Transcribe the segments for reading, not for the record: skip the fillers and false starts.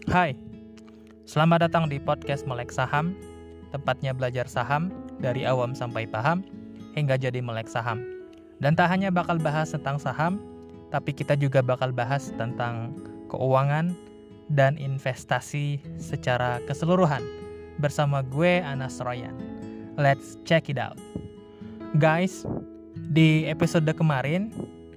Hai, selamat datang di podcast Melek Saham, tempatnya belajar saham dari awam sampai paham, hingga jadi melek saham. Dan tak hanya bakal bahas tentang saham, tapi kita juga bakal bahas tentang keuangan dan investasi secara keseluruhan bersama gue, Anas Royan. Let's check it out. Guys, di episode kemarin,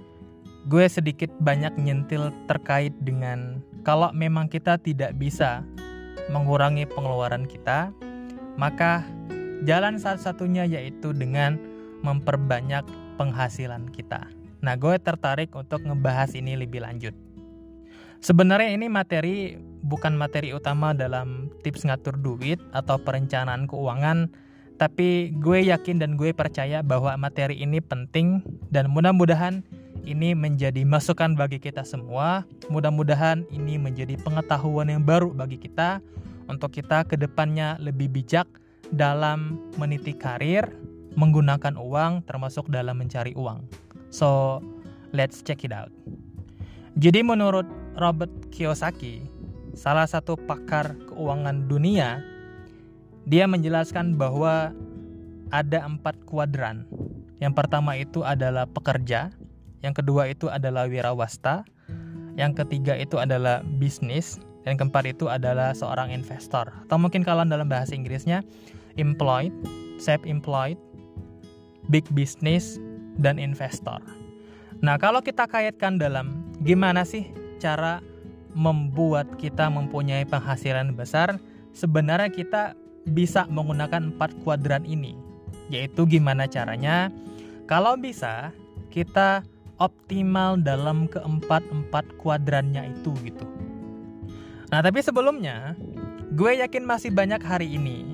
gue sedikit banyak nyentil terkait dengan kalau memang kita tidak bisa mengurangi pengeluaran kita, maka jalan satu-satunya yaitu dengan memperbanyak penghasilan kita. Nah, gue tertarik untuk ngebahas ini lebih lanjut. Sebenarnya ini bukan materi utama dalam tips ngatur duit atau perencanaan keuangan, tapi gue yakin dan gue percaya bahwa materi ini penting dan mudah-mudahan ini menjadi masukan bagi kita semua. Mudah-mudahan ini menjadi pengetahuan yang baru bagi kita untuk kita ke depannya lebih bijak dalam meniti karir, menggunakan uang, termasuk dalam mencari uang. So, let's check it out. Jadi menurut Robert Kiyosaki, salah satu pakar keuangan dunia, dia menjelaskan bahwa ada 4 kuadran. Yang pertama itu adalah pekerja, yang kedua itu adalah wirawasta, yang ketiga itu adalah bisnis, dan keempat itu adalah seorang investor. Atau mungkin kalau dalam bahasa Inggrisnya, employed, self-employed, big business, dan investor. Nah, kalau kita kaitkan dalam gimana sih cara membuat kita mempunyai penghasilan besar, sebenarnya kita bisa menggunakan 4 kuadran ini. Yaitu gimana caranya? Kalau bisa, kita optimal dalam keempat kuadrannya itu gitu. Nah, tapi sebelumnya, gue yakin masih banyak hari ini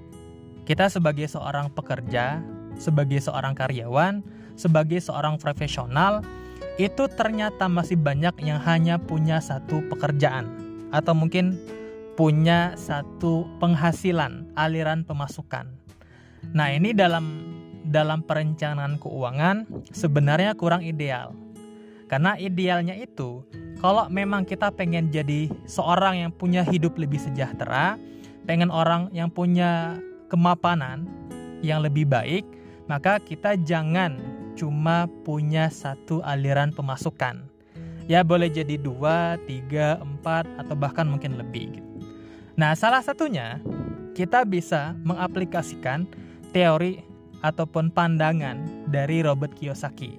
kita sebagai seorang pekerja, sebagai seorang karyawan, sebagai seorang profesional, itu ternyata masih banyak yang hanya punya satu pekerjaan atau mungkin punya satu penghasilan, aliran pemasukan. Nah, ini dalam perencanaan keuangan sebenarnya kurang ideal. Karena idealnya itu, kalau memang kita pengen jadi seorang yang punya hidup lebih sejahtera, pengen orang yang punya kemapanan yang lebih baik, maka kita jangan cuma punya satu aliran pemasukan. Ya boleh jadi 2, 3, 4, atau bahkan mungkin lebih gitu. Nah, salah satunya kita bisa mengaplikasikan teori ataupun pandangan dari Robert Kiyosaki.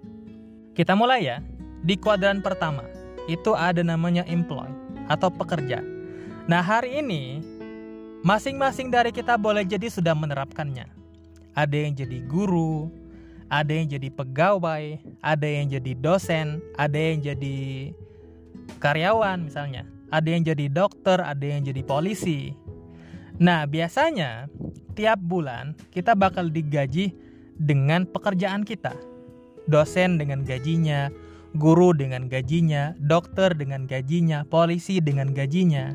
Kita mulai ya. Di kuadran pertama, itu ada namanya employ atau pekerja. Nah, hari ini masing-masing dari kita boleh jadi sudah menerapkannya. Ada yang jadi guru, ada yang jadi pegawai, ada yang jadi dosen, ada yang jadi karyawan misalnya, ada yang jadi dokter, ada yang jadi polisi. Nah, biasanya tiap bulan kita bakal digaji dengan pekerjaan kita. Dosen dengan gajinya, guru dengan gajinya, dokter dengan gajinya, polisi dengan gajinya.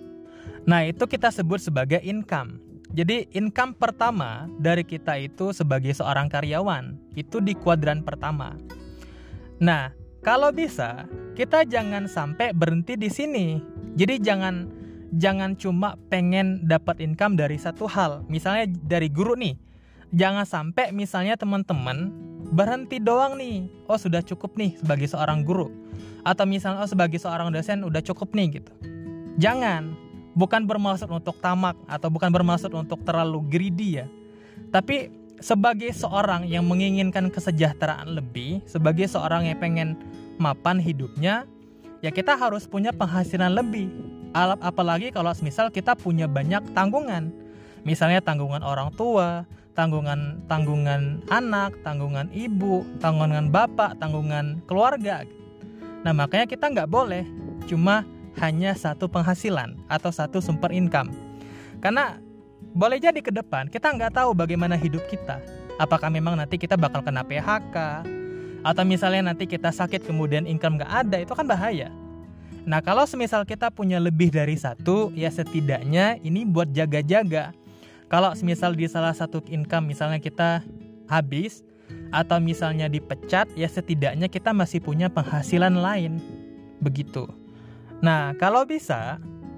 Nah, itu kita sebut sebagai income. Jadi income pertama dari kita itu sebagai seorang karyawan, itu di kuadran pertama. Nah, kalau bisa kita jangan sampai berhenti di sini. Jadi jangan cuma pengen dapat income dari satu hal. Misalnya dari guru nih. Jangan sampai misalnya teman-teman berhenti doang nih. Oh, sudah cukup nih sebagai seorang guru. Atau misalnya sebagai seorang dosen udah cukup nih gitu. Jangan. Bukan bermaksud untuk tamak atau bukan bermaksud untuk terlalu greedy ya. Tapi sebagai seorang yang menginginkan kesejahteraan lebih, sebagai seorang yang pengen mapan hidupnya, ya kita harus punya penghasilan lebih. Apalagi kalau misal kita punya banyak tanggungan. Misalnya tanggungan orang tua, tanggungan anak, tanggungan ibu, tanggungan bapak, tanggungan keluarga. Nah, makanya kita nggak boleh cuma hanya satu penghasilan atau satu sumber income. Karena boleh jadi ke depan kita nggak tahu bagaimana hidup kita. Apakah memang nanti kita bakal kena PHK, atau misalnya nanti kita sakit kemudian income nggak ada, itu kan bahaya. Nah, kalau semisal kita punya lebih dari satu, ya setidaknya ini buat jaga-jaga. Kalau semisal di salah satu income misalnya kita habis, atau misalnya dipecat, ya setidaknya kita masih punya penghasilan lain. Begitu. Nah, kalau bisa,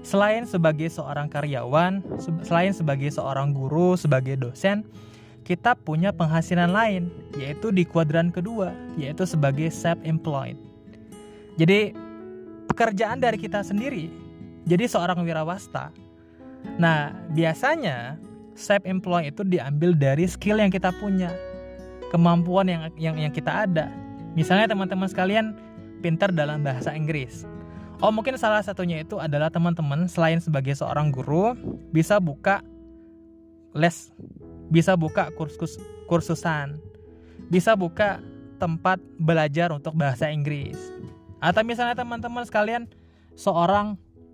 selain sebagai seorang karyawan, selain sebagai seorang guru, sebagai dosen, kita punya penghasilan lain, yaitu di kuadran kedua, yaitu sebagai self-employed. Jadi, pekerjaan dari kita sendiri, jadi seorang wirawasta. Nah, biasanya self-employed itu diambil dari skill yang kita punya, kemampuan yang kita ada. Misalnya teman-teman sekalian pintar dalam bahasa Inggris. Mungkin salah satunya itu adalah teman-teman selain sebagai seorang guru, bisa buka les, bisa buka kursusan, bisa buka tempat belajar untuk bahasa Inggris. Atau misalnya teman-teman sekalian seorang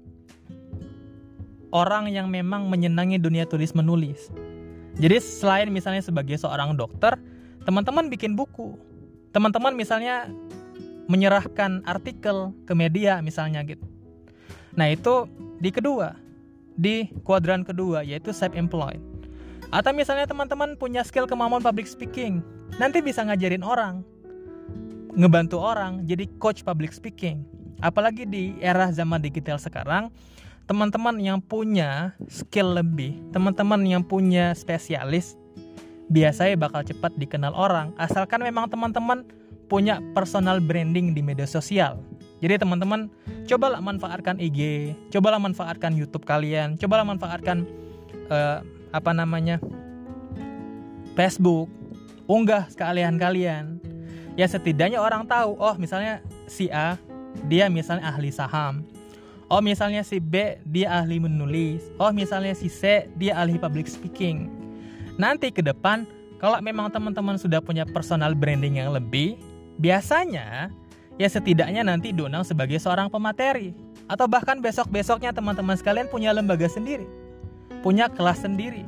orang yang memang menyenangi dunia tulis menulis. Jadi selain misalnya sebagai seorang dokter, teman-teman bikin buku. Teman-teman misalnya menyerahkan artikel ke media misalnya gitu. Nah, itu di kuadran kedua, yaitu self-employed. Atau misalnya teman-teman punya skill kemampuan public speaking, nanti bisa ngajarin orang, ngebantu orang, jadi coach public speaking. Apalagi di era zaman digital sekarang, teman-teman yang punya skill lebih, teman-teman yang punya spesialis, biasanya bakal cepat dikenal orang, asalkan memang teman-teman punya personal branding di media sosial. Jadi teman-teman, cobalah manfaatkan IG, cobalah manfaatkan YouTube kalian, cobalah manfaatkan Facebook, unggah sekalian kalian. Ya setidaknya orang tahu, misalnya si A, dia misalnya ahli saham. Misalnya si B, dia ahli menulis. Misalnya si C, dia ahli public speaking. Nanti ke depan, kalau memang teman-teman sudah punya personal branding yang lebih, biasanya ya setidaknya nanti diundang sebagai seorang pemateri. Atau bahkan besok-besoknya teman-teman sekalian punya lembaga sendiri, punya kelas sendiri.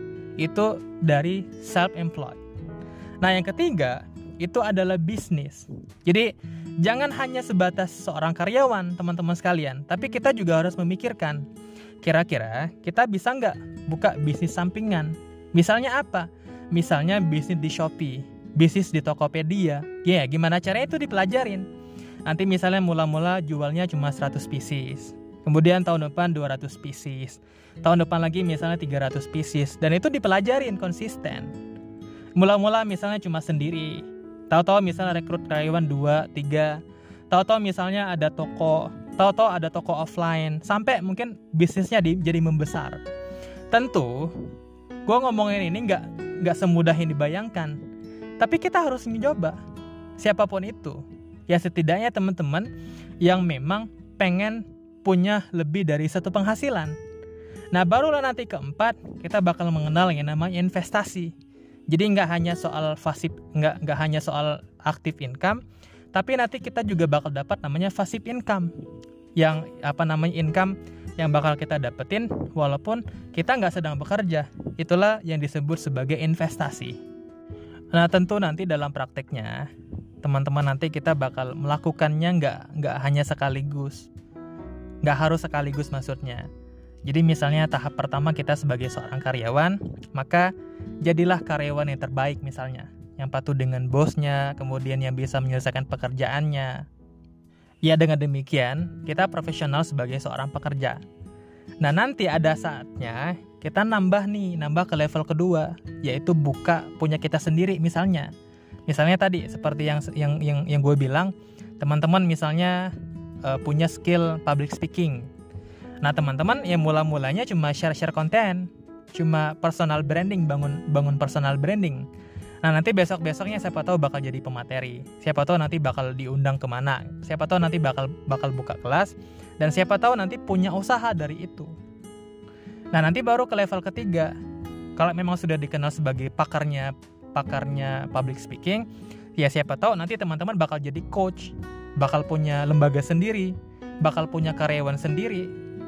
Itu dari self-employed. Nah, yang ketiga itu adalah bisnis. Jadi jangan hanya sebatas seorang karyawan teman-teman sekalian, tapi kita juga harus memikirkan, kira-kira kita bisa nggak buka bisnis sampingan. Misalnya apa? Misalnya bisnis di Shopee, bisnis di Tokopedia. Gimana caranya itu dipelajarin. Nanti misalnya mula-mula jualnya cuma 100 pieces. Kemudian tahun depan 200 pieces. Tahun depan lagi misalnya 300 pieces. Dan itu dipelajarin konsisten. Mula-mula misalnya cuma sendiri. Tahu-tahu misalnya rekrut karyawan 2, 3. Tahu-tahu misalnya ada toko. Tahu-tahu ada toko offline. Sampai mungkin bisnisnya jadi membesar. Tentu, gue ngomongin ini nggak semudah yang dibayangkan. Tapi kita harus mencoba. Siapapun itu. Ya setidaknya teman-teman yang memang pengen punya lebih dari satu penghasilan. Nah, barulah nanti keempat kita bakal mengenal yang namanya investasi. Jadi nggak hanya soal pasif, nggak hanya soal active income, tapi nanti kita juga bakal dapat namanya passive income. Yang income yang bakal kita dapetin walaupun kita nggak sedang bekerja. Itulah yang disebut sebagai investasi. Nah, tentu nanti dalam prakteknya teman-teman nanti kita bakal melakukannya nggak hanya sekaligus. Nggak harus sekaligus maksudnya. Jadi misalnya tahap pertama kita sebagai seorang karyawan, maka jadilah karyawan yang terbaik misalnya. Yang patuh dengan bosnya, kemudian yang bisa menyelesaikan pekerjaannya. Ya dengan demikian, kita profesional sebagai seorang pekerja. Nah nanti ada saatnya kita nambah ke level kedua, yaitu buka punya kita sendiri misalnya. Misalnya tadi seperti yang gue bilang, teman-teman misalnya punya skill public speaking. Nah teman-teman yang mula-mulanya cuma share konten, cuma personal branding, bangun personal branding. Nah nanti besok-besoknya siapa tahu bakal jadi pemateri, siapa tahu nanti bakal diundang kemana, siapa tahu nanti bakal buka kelas, dan siapa tahu nanti punya usaha dari itu. Nah nanti baru ke level ketiga, kalau memang sudah dikenal sebagai pakarnya public speaking, ya siapa tahu nanti teman-teman bakal jadi coach, bakal punya lembaga sendiri, bakal punya karyawan sendiri.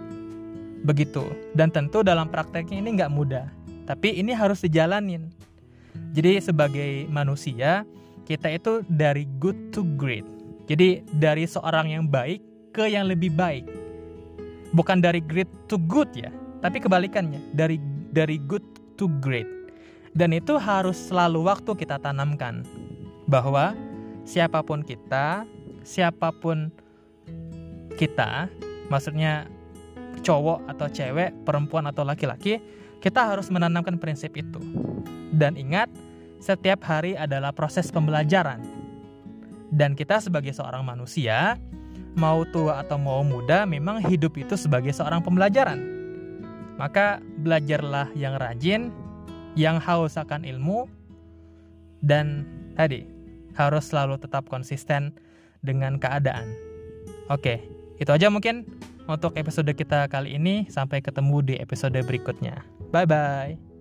Begitu. Dan tentu dalam prakteknya ini nggak mudah, tapi ini harus dijalanin. Jadi sebagai manusia, kita itu dari good to great. Jadi dari seorang yang baik ke yang lebih baik. Bukan dari great to good ya, tapi kebalikannya, dari good to great. Dan itu harus selalu waktu kita tanamkan, bahwa siapapun kita, maksudnya cowok atau cewek, perempuan atau laki-laki, kita harus menanamkan prinsip itu. Dan ingat, setiap hari adalah proses pembelajaran. Dan kita sebagai seorang manusia, mau tua atau mau muda, memang hidup itu sebagai seorang pembelajaran. Maka belajarlah yang rajin, yang haus akan ilmu, dan tadi harus selalu tetap konsisten dengan keadaan. Oke, itu aja mungkin untuk episode kita kali ini. Sampai ketemu di episode berikutnya. Bye-bye.